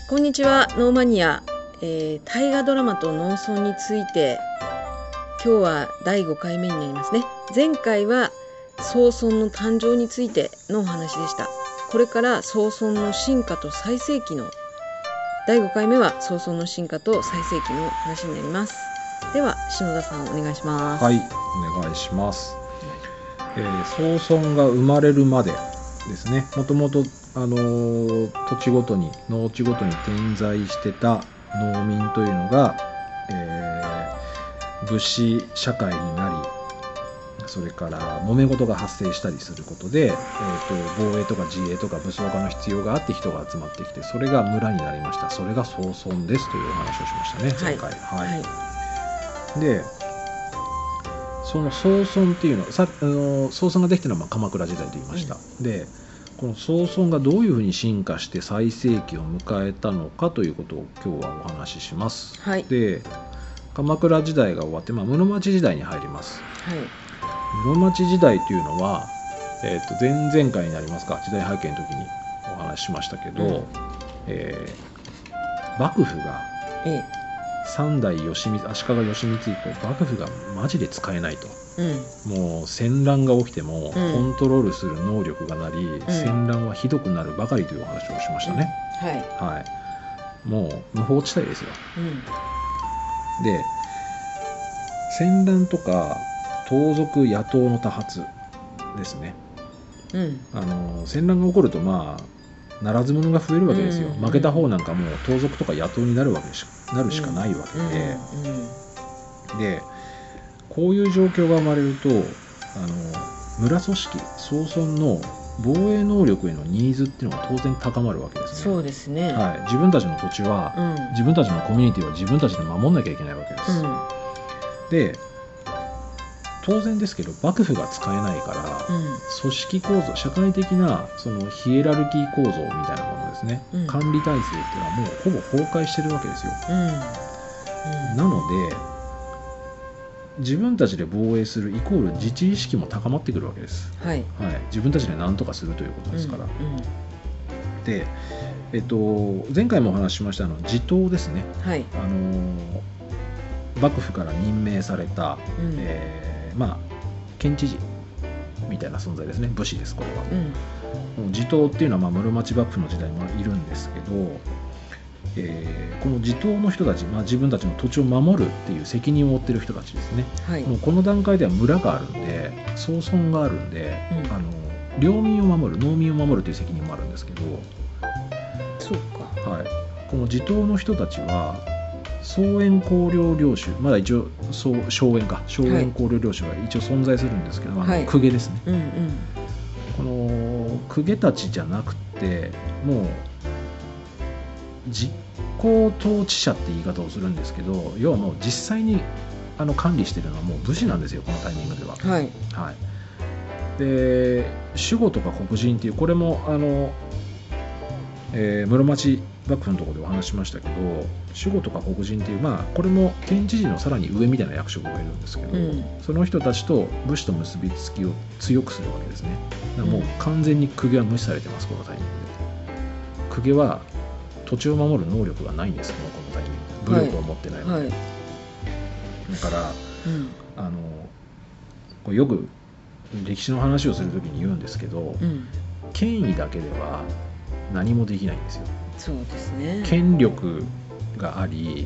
こんにちは、ノーマニア、大河ドラマと農村について、今日は第5回目になりますね。前回は早村の誕生についてのお話でした。これから早村の進化と最盛期の第5回目は早村の進化と最盛期の話になります。では篠田さんお願いします。 はい、お願いします。早村が生まれるまでですね、もともと土地ごとに農地ごとに点在してた農民というのが、武士社会になり、それから揉め事が発生したりすることで、防衛とか自衛とか武装化の必要があって人が集まってきて、それが村になりました。それが早村ですというお話をしましたね、前回。で、その早村っていうのは早村ができたのは鎌倉時代と言いました。で、この早村がどういうふうに進化して最盛期を迎えたのかということを今日はお話しします。で、鎌倉時代が終わって、室町時代に入ります。室町時代というのは、前々回になりますか、時代背景の時にお話ししましたけど、幕府が三代足利義満以降、幕府がマジで使えないと、もう戦乱が起きてもコントロールする能力がなり、戦乱はひどくなるばかりというお話をしましたね。もう無法地帯ですよ。で、戦乱とか盗賊野党の多発ですね。戦乱が起こるとならず者が増えるわけですよ。負けた方なんかもう盗賊とか野党になるしかないわけで、でこういう状況が生まれると村組織早村の防衛能力へのニーズっていうのが当然高まるわけですね。 そうですね。 自分たちの土地は、自分たちのコミュニティは自分たちで守んなきゃいけないわけです。で、当然ですけど幕府が使えないから、組織構造、社会的なそのヒエラルキー構造みたいなものですね、管理体制っていうのはもうほぼ崩壊してるわけですよ。なので自分たちで防衛するイコール自治意識も高まってくるわけです。自分たちで何とかするということですから。で、前回もお話ししました地頭ですね。幕府から任命された、県知事みたいな存在ですね。武士です、これは。地頭っていうのは室町幕府の時代もいるんですけど、この地頭の人たち、自分たちの土地を守るっていう責任を負っている人たちですね。もうこの段階では村があるんで、早村があるんで、領民を守る、農民を守るという責任もあるんですけど、この地頭の人たちは荘園公領領主、まだ一応荘園公領領主が一応存在するんですけど、公家ですね。この公家たちじゃなくて、もう実行統治者って言い方をするんですけど、要はもう実際に管理しているのはもう武士なんですよ、このタイミングでは。で、守護とか黒人っていう、これも室町幕府のところでお話しましたけど、守護とか黒人っていう、これも県知事のさらに上みたいな役職がいるんですけど、その人たちと武士と結びつきを強くするわけですね。だからもう完全に公家は無視されてます、このタイミングで。公家は土地を守る能力がないんです、このタイミングで。武力を持ってないので。だから、これよく歴史の話をするときに言うんですけど、権威だけでは何もできないんですよ。 そうですね。 権力があり、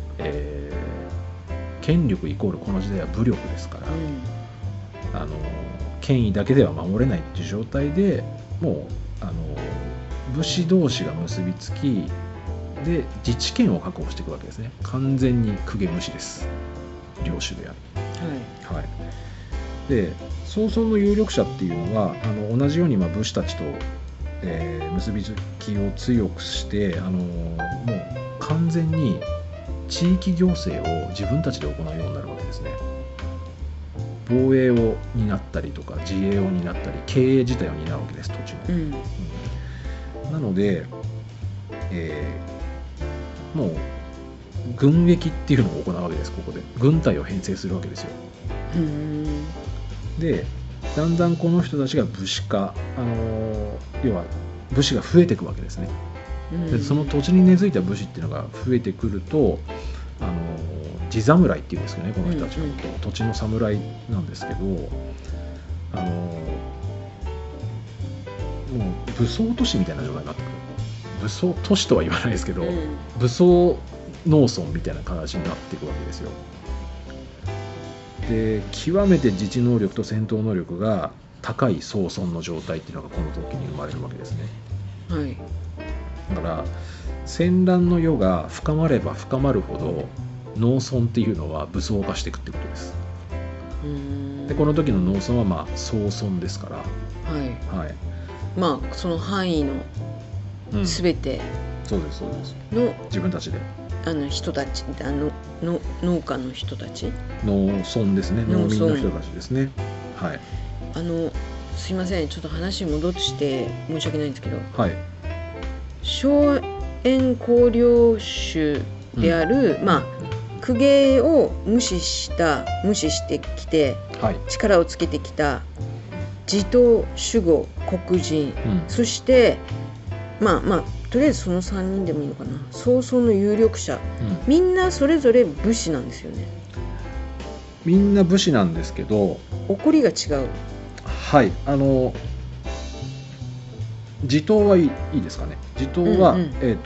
権力イコールこの時代は武力ですから、権威だけでは守れないっていう状態で、もう武士同士が結びつきで自治権を確保していくわけですね。完全に公家無視です、領主である。で、早々の有力者っていうのは同じように武士たちと結びつきを強くして、もう完全に地域行政を自分たちで行うようになるわけですね。防衛を担ったりとか自衛を担ったり経営自体を担うわけです、土地の。なので、もう軍役っていうのを行うわけです。ここで軍隊を編成するわけですよ。で、だんだんこの人たちが武士化、要は武士が増えていくわけですね。 でその土地に根付いた武士っていうのが増えてくると地侍っていうんですけどね、この人たちのこと、土地の侍なんですけど、もう武装都市みたいな状態になってくる。武装都市とは言わないですけど、武装農村みたいな形になっていくわけですよ。で極めて自治能力と戦闘能力が高い総村の状態っていうのがこの時に生まれるわけですね。 はい、 だから戦乱の世が深まれば深まるほど農村っていうのは武装化していくってことです。でこの時の農村はまあ総村ですから、 はいはい、まあその範囲の全てそうですそうですの自分たちで人たちの農家の人たち、 農村ですね、農民の人たちですね。はい。 すいません、ちょっと話戻して申し訳ないんですけど、 はい、 荘園公領主である、まあ公家を無視してきて、はい、力をつけてきた地頭守護黒人、そしてまあとりあえずその3人でもいいのかな、曹操の有力者、みんなそれぞれ武士なんですよね。 みんな武士なんですけど起こりが違う。 はい、地頭はいいですかね。地頭は、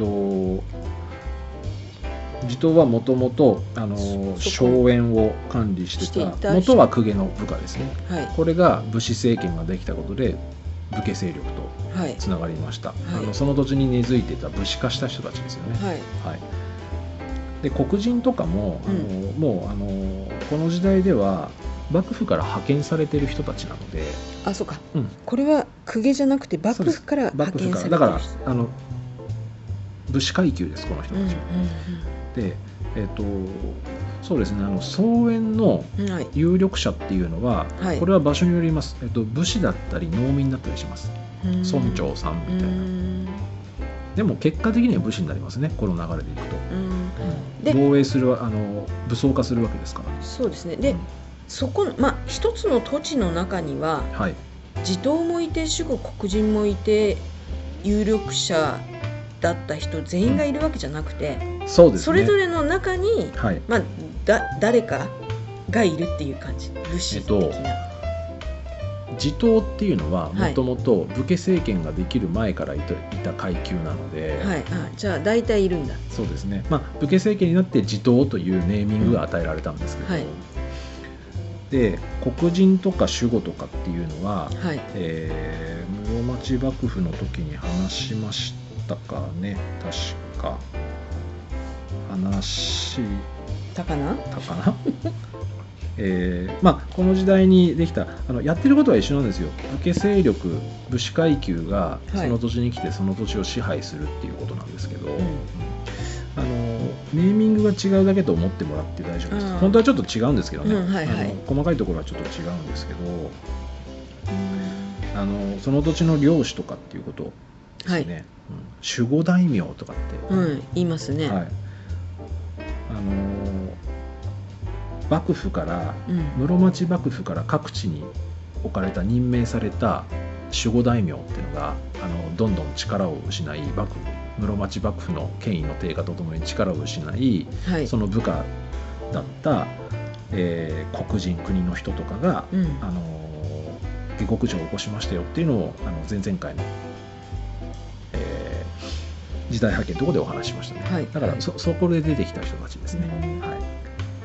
地頭はもともと荘園を管理してた元は公家の部下ですね、はい、これが武士政権ができたことで武家勢力とつながりました、はい、その土地に根付いてた武士化した人たちですよね、はいはい、で黒人とかももうこの時代では幕府から派遣されてる人たちなので、 あ、そうか、これは公家じゃなくて幕府から派遣されてる人、 だから武士階級です、この人たちは、でそうですね、荘園の有力者っていうのは、はい、これは場所によります、武士だったり農民だったりします、村長さんみたいな。でも結果的には武士になりますね、この流れでいくと、防衛する武装化するわけですから。 そうですね。で、そこ一つの土地の中には、はい、地頭もいて守護黒人もいて有力者だった人全員がいるわけじゃなくて、 そうですね、 それぞれの中に、はい、誰かがいるっていう感じ、武士的な。 地頭っていうのはもともと武家政権ができる前からいた階級なので、 はい、じゃあ大体いるんだ。 そうですね、武家政権になって地頭というネーミングが与えられたんですけど、はい、で黒人とか守護とかっていうのは、はい、室町幕府の時に話しましたかね、確か話したかなこの時代にできたやってることは一緒なんですよ。武家勢力、武士階級がその土地に来てその土地を支配するっていうことなんですけど、ネーミングが違うだけと思ってもらって大丈夫です。本当はちょっと違うんですけどね、細かいところはちょっと違うんですけど、その土地の領主とかっていうことですね、守護大名とかって、 言いますね、はい、 幕府から、室町幕府から各地に置かれた任命された守護大名っていうのがどんどん力を失い、室町幕府の権威の低下とともに力を失い、はい、その部下だった、黒人国の人とかが、下克上を起こしましたよっていうのを前々回の、時代背景のところでお話ししましたね、はい、だからそこで出てきた人たちですね、はい、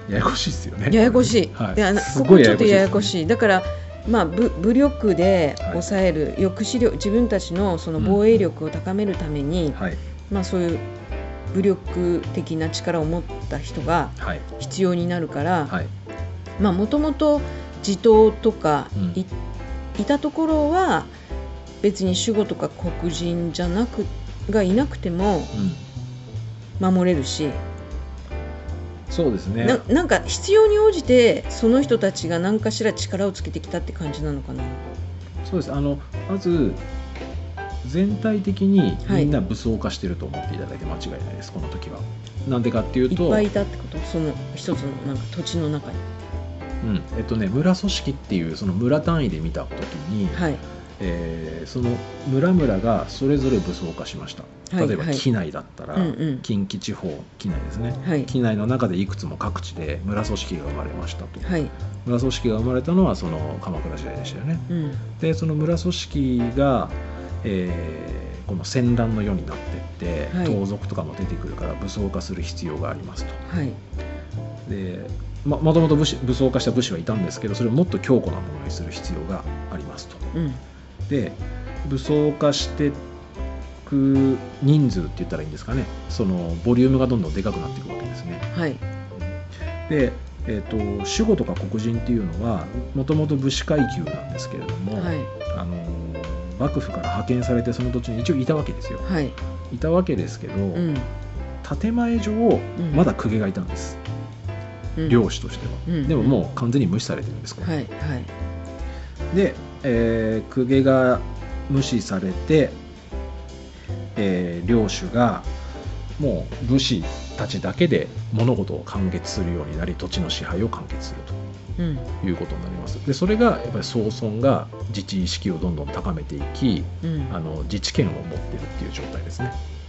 ややこしいですよね。 ややこしい、はい、ここちょっとややこしい。だから武力で抑える、抑止力、自分たちのその防衛力を高めるために、そういう武力的な力を持った人が必要になるから、もともと地頭とか いたところは別に守護とか黒人じゃなくがいなくても守れるし、 そうですね、 なんか必要に応じてその人たちが何かしら力をつけてきたって感じなのかな。 そうです。まず全体的にみんな武装化してると思っていただいて間違いないです、この時は。なんでかっていうと、 いっぱいいたってこと、その一つのなんか土地の中に。 村組織っていうその村単位で見た時に、はい、 その村々がそれぞれ武装化しました。例えば畿内だったら、近畿地方畿内ですね、畿内の中でいくつも各地で村組織が生まれましたと、村組織が生まれたのはその鎌倉時代でしたよね、でその村組織が、この戦乱の世になっていって、盗賊とかも出てくるから武装化する必要がありますと、でもともと武装化した武士はいたんですけど、それをもっと強固なものにする必要がありますと、で武装化してく人数って言ったらいいんですかね、そのボリュームがどんどんでかくなっていくわけですね。で、守護とか黒人っていうのはもともと武士階級なんですけれども、幕府から派遣されてその土地に一応いたわけですよ、いたわけですけど、建前上まだ公家がいたんです、領主としては、でももう完全に無視されてるんです、で、公家が無視されて、領主がもう武士たちだけで物事を完結するようになり、土地の支配を完結するということになります。でそれがやっぱり曹操が自治意識をどんどん高めていき、自治権を持ってるっていう状態ですね。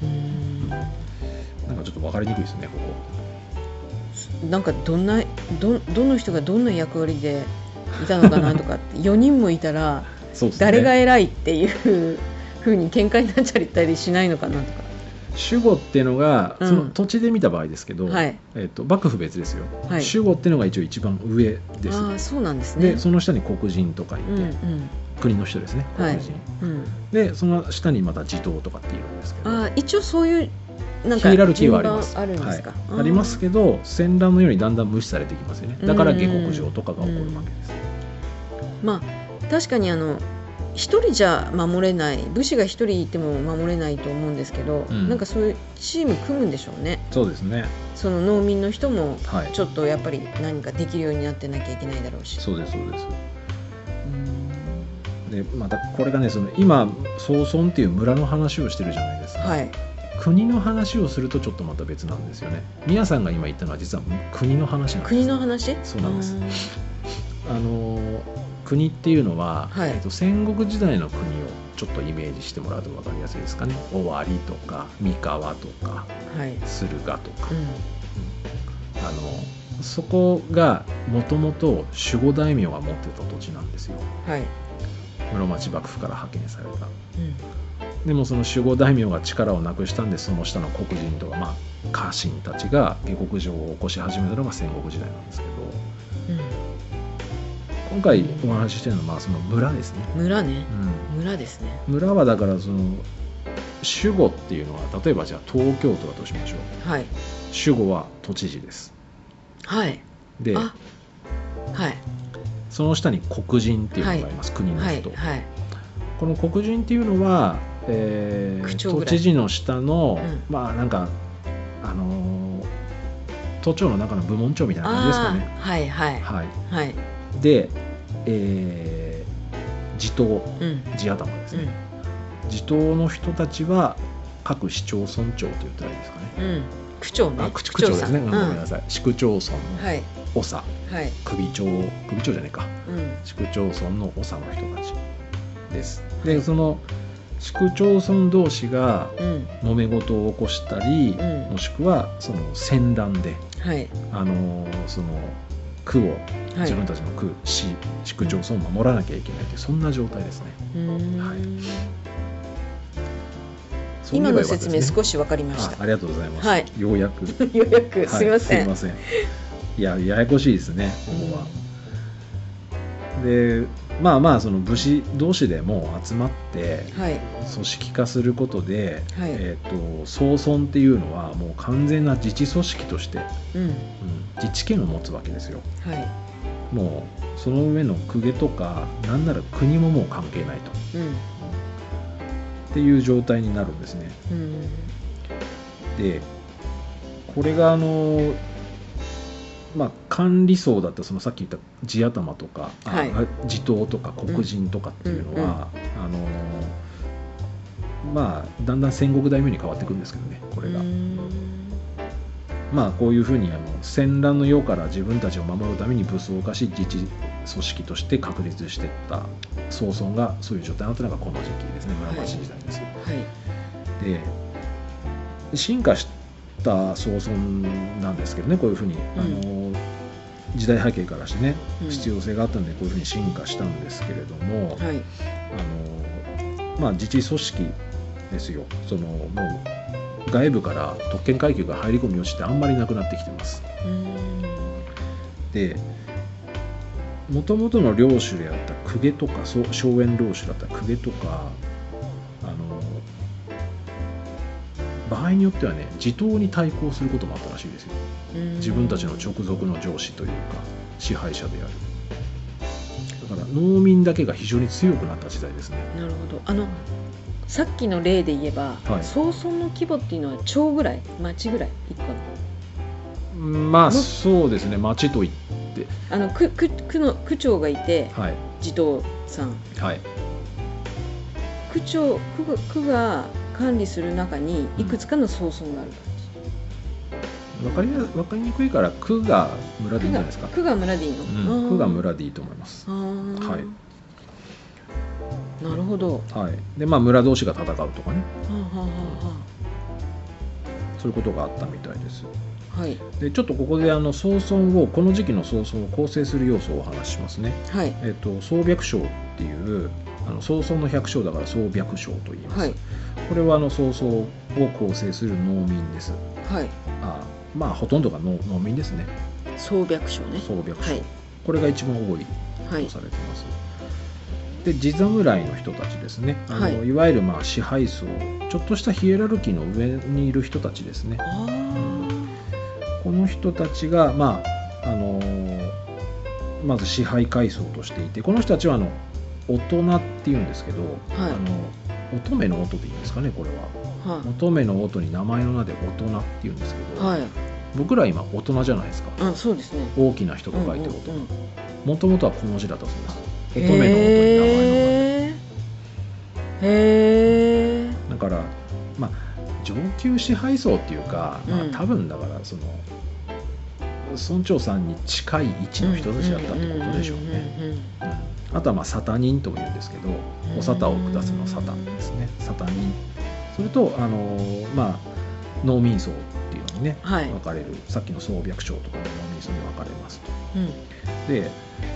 なんかちょっと分かりにくいですね、ここ。 なんかどの人がどんな役割でいたのかなとかって4人もいたら誰が偉いっていう風に喧嘩になっちゃったりしないのかなとか。 守護っていうのが、その土地で見た場合ですけど、幕府別ですよ、守護っていうのが一応一番上です。 そうなんですね。 でその下に黒人とかいて、国の人ですね、黒人、でその下にまた地頭とかっているんですけど、 一応そういうなんかヒエラルキーはあります。 あるんですか？ ありますけど、戦乱のようにだんだん無視されていきますよね。だから下克上とかが起こるわけです。 まあ確かに一人じゃ守れない、武士が一人いても守れないと思うんですけど、なんかそういうチーム組むんでしょうね。 そうですね。 その農民の人もちょっとやっぱり何かできるようになってなきゃいけないだろうし。 そうですそうです。でまたこれがね、その今曹村っていう村の話をしてるじゃないですか。国の話をするとちょっとまた別なんですよね。宮さんが今言ったのは実は国の話なんです。 国の話？ そうなんです。国っていうのは、戦国時代の国をちょっとイメージしてもらうと分かりやすいですかね。尾張とか三河とか、駿河とか、そこがもともと守護大名が持ってた土地なんですよ、室町幕府から派遣された、でもその守護大名が力をなくしたんで、その下の黒人とか、家臣たちが下克上を起こし始めたのが戦国時代なんですけど、今回お話ししてるのはその村ですね。 村ね、村ですね。 村はだからその守護っていうのは、例えばじゃあ東京都だとしましょう。守護は都知事です。で、その下に黒人っていうのがあります、国の人。この黒人っていうのは、都知事の下の、なんか都庁の中の部門長みたいな感じですかね。で、地頭、地頭ですね、地頭の人たちは各市町村長と言ったらいいですかね。 区長ね。 区長ですね。ごめんなさい。市区町村の長、首長じゃないか。市区町村の長の人たちです。で、その市区町村同士が揉め事を起こしたり、もしくはその戦乱で、その区を、自分たちの区、市区町村を守らなきゃいけないという、そんな状態ですね。 今の説明少し分かりました。 ありがとうございます。ようやくようやく、すいません。 いややこしいですね、ここは。でその武士同士でも集まって組織化することで、曹村っていうのはもう完全な自治組織として、自治権を持つわけですよ。もうその上の公家とかなんなら国ももう関係ないと、っていう状態になるんですね。でこれが管理層だったそのさっき言った地頭とか、地頭とか黒人とかっていうのは、だんだん戦国大名に変わっていくんですけどね、これが。こういうふうに戦乱の世から自分たちを守るために武装化し自治組織として確立していった曹操がそういう状態になったのがこの時期ですね、室町時代です。で進化した曹操なんですけどね、こういうふうに、時代背景からしてね必要性があったのでこういうふうに進化したんですけれども、自治組織ですよ。もう外部から特権階級が入り込む余地ってあんまりなくなってきてます。でもともとの領主であった公家とか荘園領主だった公家とか場合によってはね地頭に対抗することもあったらしいですよ。自分たちの直属の上司というか支配者である。だから農民だけが非常に強くなった時代ですね。 なるほど。さっきの例で言えば、曹操の規模っていうのは町ぐらい、町ぐらい一個の。 そうですね、町といって区長がいて、地頭さん、区が管理する中にいくつかの曹操がある感じ。 分かりにくいから区が村でいいんじゃないですか。 区が村でいいの？ 区が村でいいと思います。 なるほど。 で村同士が戦うとかね、そういうことがあったみたいです。でちょっとここでこの時期の曹操を構成する要素をお話ししますね。曹白将っていう曹操の百姓だから曹白将と言います。これは曹操を構成する農民です。ほとんどが農民ですね。 曹白将ね。 曹白将、これが一番多いとされています。で地侍の人たちですね。いわゆる支配層、ちょっとしたヒエラルキーの上にいる人たちですね。この人たちがまず支配階層としていて、この人たちは大人っていうんですけど、乙女の音でいいんですかね、これは。乙女の音に名前の名で大人っていうんですけど、僕ら今大人じゃないですか。 そうですね。 大きな人と書いて大人。もともとはこの字だったそうです。乙女の音に名前の名で。だから上級支配層っていうか、多分だから村長さんに近い位置の人たちだったってことでしょうね。あとは沙汰人とも言うんですけど、お沙汰を下すの沙汰ですね。沙汰人。それと農民層っていうのにね、分かれる。さっきの曹白将とかの農民層に分かれますと。で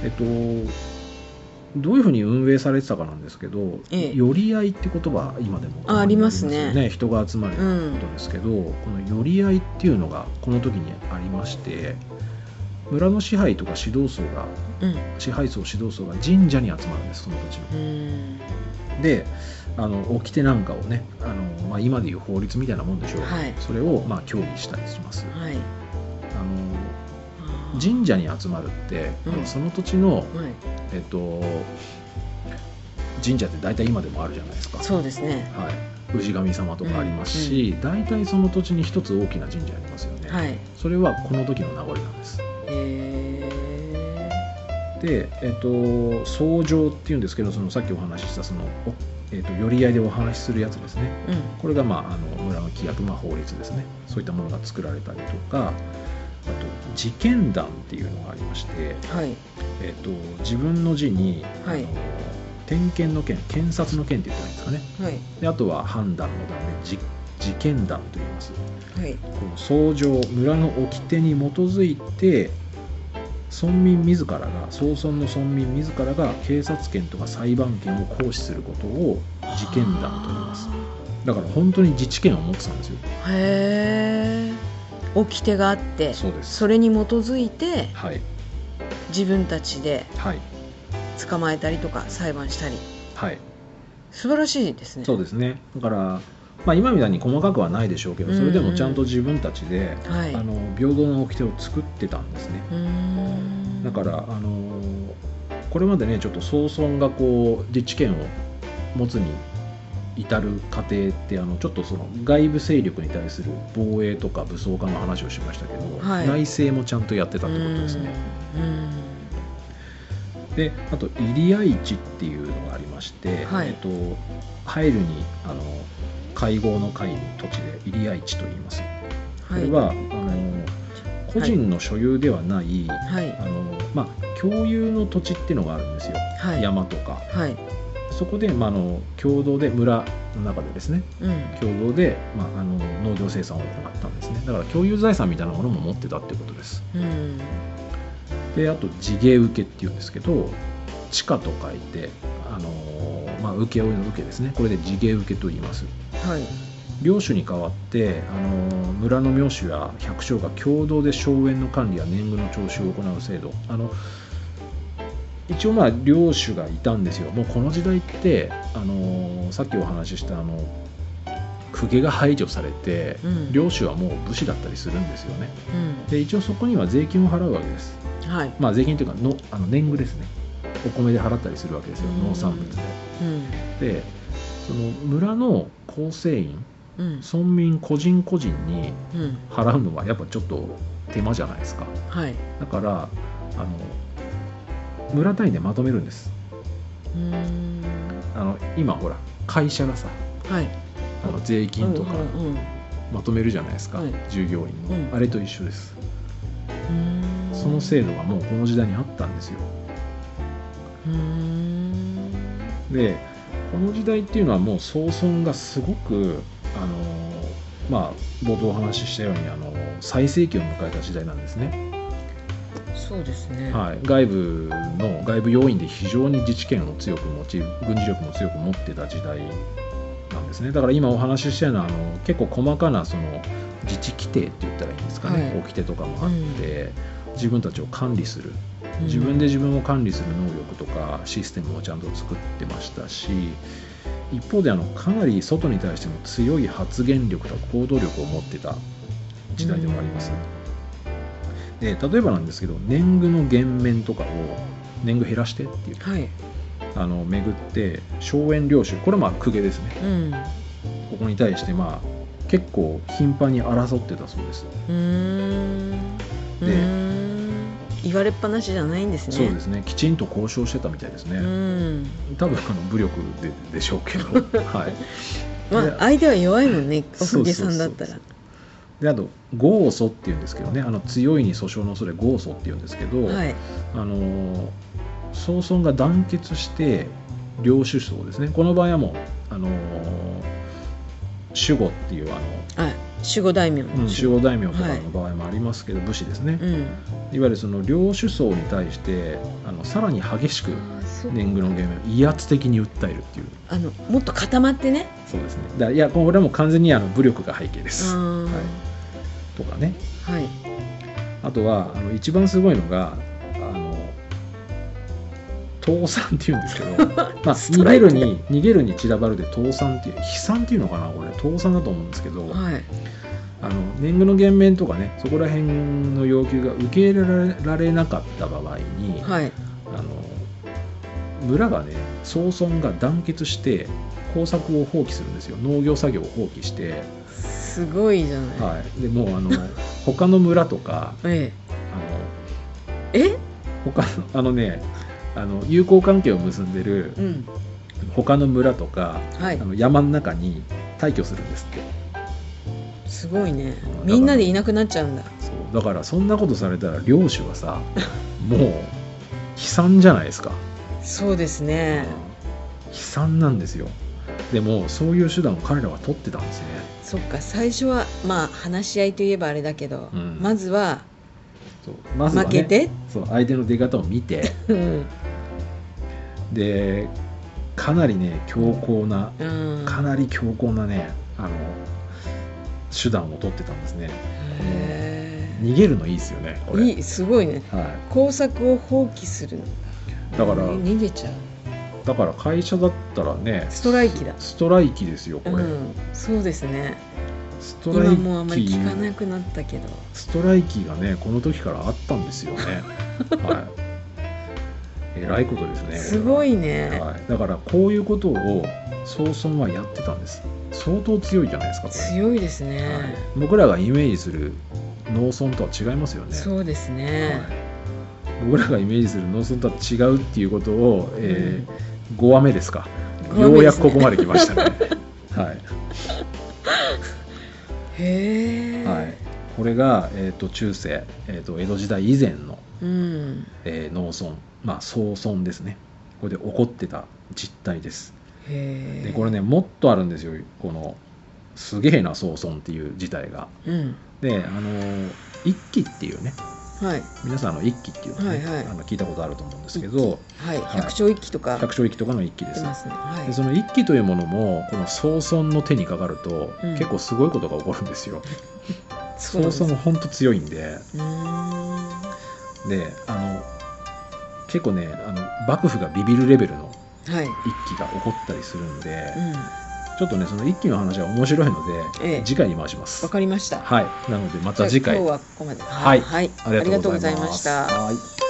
どういうふうに運営されてたかなんですけど、寄り合いって言葉今でもありますね。 人が集まることですけど、この寄り合いっていうのがこの時にありまして、村の支配とか指導層が、支配層指導層が神社に集まるんです、その土地の。で掟なんかをね、今でいう法律みたいなもんでしょう、それを協議したりします。神社に集まるって、その土地の、神社って大体今でもあるじゃないですか。 そうですね。 氏神様とかありますし、大体その土地に一つ大きな神社ありますよね。それはこの時の名残なんです。で、僧正っていうんですけど、さっきお話しした寄り合いでお話しするやつですね。これが村の規約、法律ですね。そういったものが作られたりとか、あと自見談っていうのがありまして、自分の字に、点検の検、検察の検って言ったらいいんですかね。であとは判断の段で自見談と言います。この僧正、村の掟に基づいて村民自らが、曹村の村民自らが警察権とか裁判権を行使することを自見談と言います。だから本当に自治権を持ってたんですよ。 掟があって、それに基づいて、自分たちで捕まえたりとか裁判したり、素晴らしいですね。 そうですね。だから今みたいに細かくはないでしょうけど、それでもちゃんと自分たちで、平等な掟を作ってたんですね。だからこれまでね、ちょっと曹村が自治権を持つに至る過程って、ちょっと外部勢力に対する防衛とか武装化の話をしましたけど、内政もちゃんとやってたってことですね。であと入合地っていうのがありまして、入るに会合の会に土地で入合地と言います。これは個人の所有ではない、 はい、 共有の土地っていうのがあるんですよ、はい、山とか、 はい、 そこで、共同で村の中でですね、共同で、農業生産を行ったんですね。だから共有財産みたいなものも持ってたっていうことです。であと地芸受けっていうんですけど、地下と書いて、請負の受けですね。これで地芸受けと言います。はい、領主に代わって、村の名主や百姓が共同で荘園の管理や年貢の徴収を行う制度。一応領主がいたんですよ。もうこの時代って、さっきお話しした公家が排除されて、領主はもう武士だったりするんですよね。で一応そこには税金を払うわけです。はい、税金というか年貢ですね。お米で払ったりするわけですよ、農産物で。でその村の構成員、村民個人個人に払うのはやっぱちょっと手間じゃないですか。はい、だから村単位でまとめるんです。今ほら会社がさ、はい、税金とかまとめるじゃないですか、従業員の、あれと一緒です。その制度がもうこの時代にあったんですよ。でこの時代っていうのはもう総村がすごく冒頭お話ししたように最盛期を迎えた時代なんですね。 そうですね、 はい、外部要因で非常に自治権を強く持ち、軍事力も強く持ってた時代なんですね。だから今お話ししたような結構細かなその自治規定って言ったらいいんですかね、規定とかもあって、自分たちを管理する、自分で自分を管理する能力とかシステムをちゃんと作ってましたし、一方でかなり外に対しても強い発言力とか行動力を持ってた時代でもあります。で例えばなんですけど、年貢の減免とかを年貢減らしてって言って、はい、巡って荘園領主、これは公家ですね、ここに対して結構頻繁に争ってたそうです。 で言われっぱなしじゃないんですね。 そうですね、きちんと交渉してたみたいですね。多分武力 でしょうけどはい、 相手は弱いもんね、お公家さんだったら。 であと豪訴っていうんですけどね、強いに訴訟の恐れ豪訴っていうんですけど、はい、総村が団結して領主層ですね、この場合はもう守護っていう守護大名、 守護大名とかの場合もありますけど、武士ですね、いわゆるその領主層に対してさらに激しく年貢の減免を威圧的に訴えるっていう、 もっと固まってね。 そうですね。いやこれはもう完全に武力が背景です、はい、とかね、はい、あとは一番すごいのが倒産っていうんですけど逃げるに散らばるで倒産っていう、悲惨っていうのかな、これ倒産だと思うんですけど、はい、年貢の減免とかね、そこら辺の要求が受け入れられなかった場合に、はい、村がね、総村が団結して耕作を放棄するんですよ。農業作業を放棄して、 すごいじゃない、 はい、でもう他の村とか他の友好関係を結んでる他の村とか、はい、山の中に退去するんですって。 すごいね、みんなでいなくなっちゃうんだ。 そうだからそんなことされたら領主はさもう悲惨じゃないですか。 そうですね、 悲惨なんですよ。でもそういう手段を彼らは取ってたんですね。 そっか、最初は話し合いといえばあれだけど、まずは負けて、 相手の出方を見てでかなりね強硬な、ね手段を取ってたんですね。逃げるのいいですよね、これ。 いい、すごいね、はい、工作を放棄する。 だから逃げちゃう。 だから会社だったらね、 ストライキだ。 ストライキですよこれ、 そうですね。 ストライキ、 今もうあまり聞かなくなったけど、 ストライキがねこの時からあったんですよねはい、えらいことですね。 すごいね、 はい、だからこういうことを総村はやってたんです。相当強いじゃないですか、これ。 強いですね、 はい、僕らがイメージする農村とは違いますよね。 そうですね、 はい、僕らがイメージする農村とは違うっていうことを、5話目ですか、ようやくここまで来ましたねはいへえ、 はい、 これが、中世、江戸時代以前の、 農村、荘村ですね。これで起こってた実態です。でこれねもっとあるんですよ、このすげえな荘村っていう事態が。で一揆っていうね、皆さん一揆っていうのね、聞いたことあると思うんですけど、 百姓一揆とか百姓一揆とかの一揆です。 でその一揆というものもこの荘村の手にかかると、結構すごいことが起こるんですよ。荘村も本当強いんで、結構ね幕府がビビるレベルの一揆が起こったりするんで、ちょっとねその一揆の話は面白いので、次回に回します。 わかりました。 なのでまた次回。 今日はここまで。 ありがとうございました。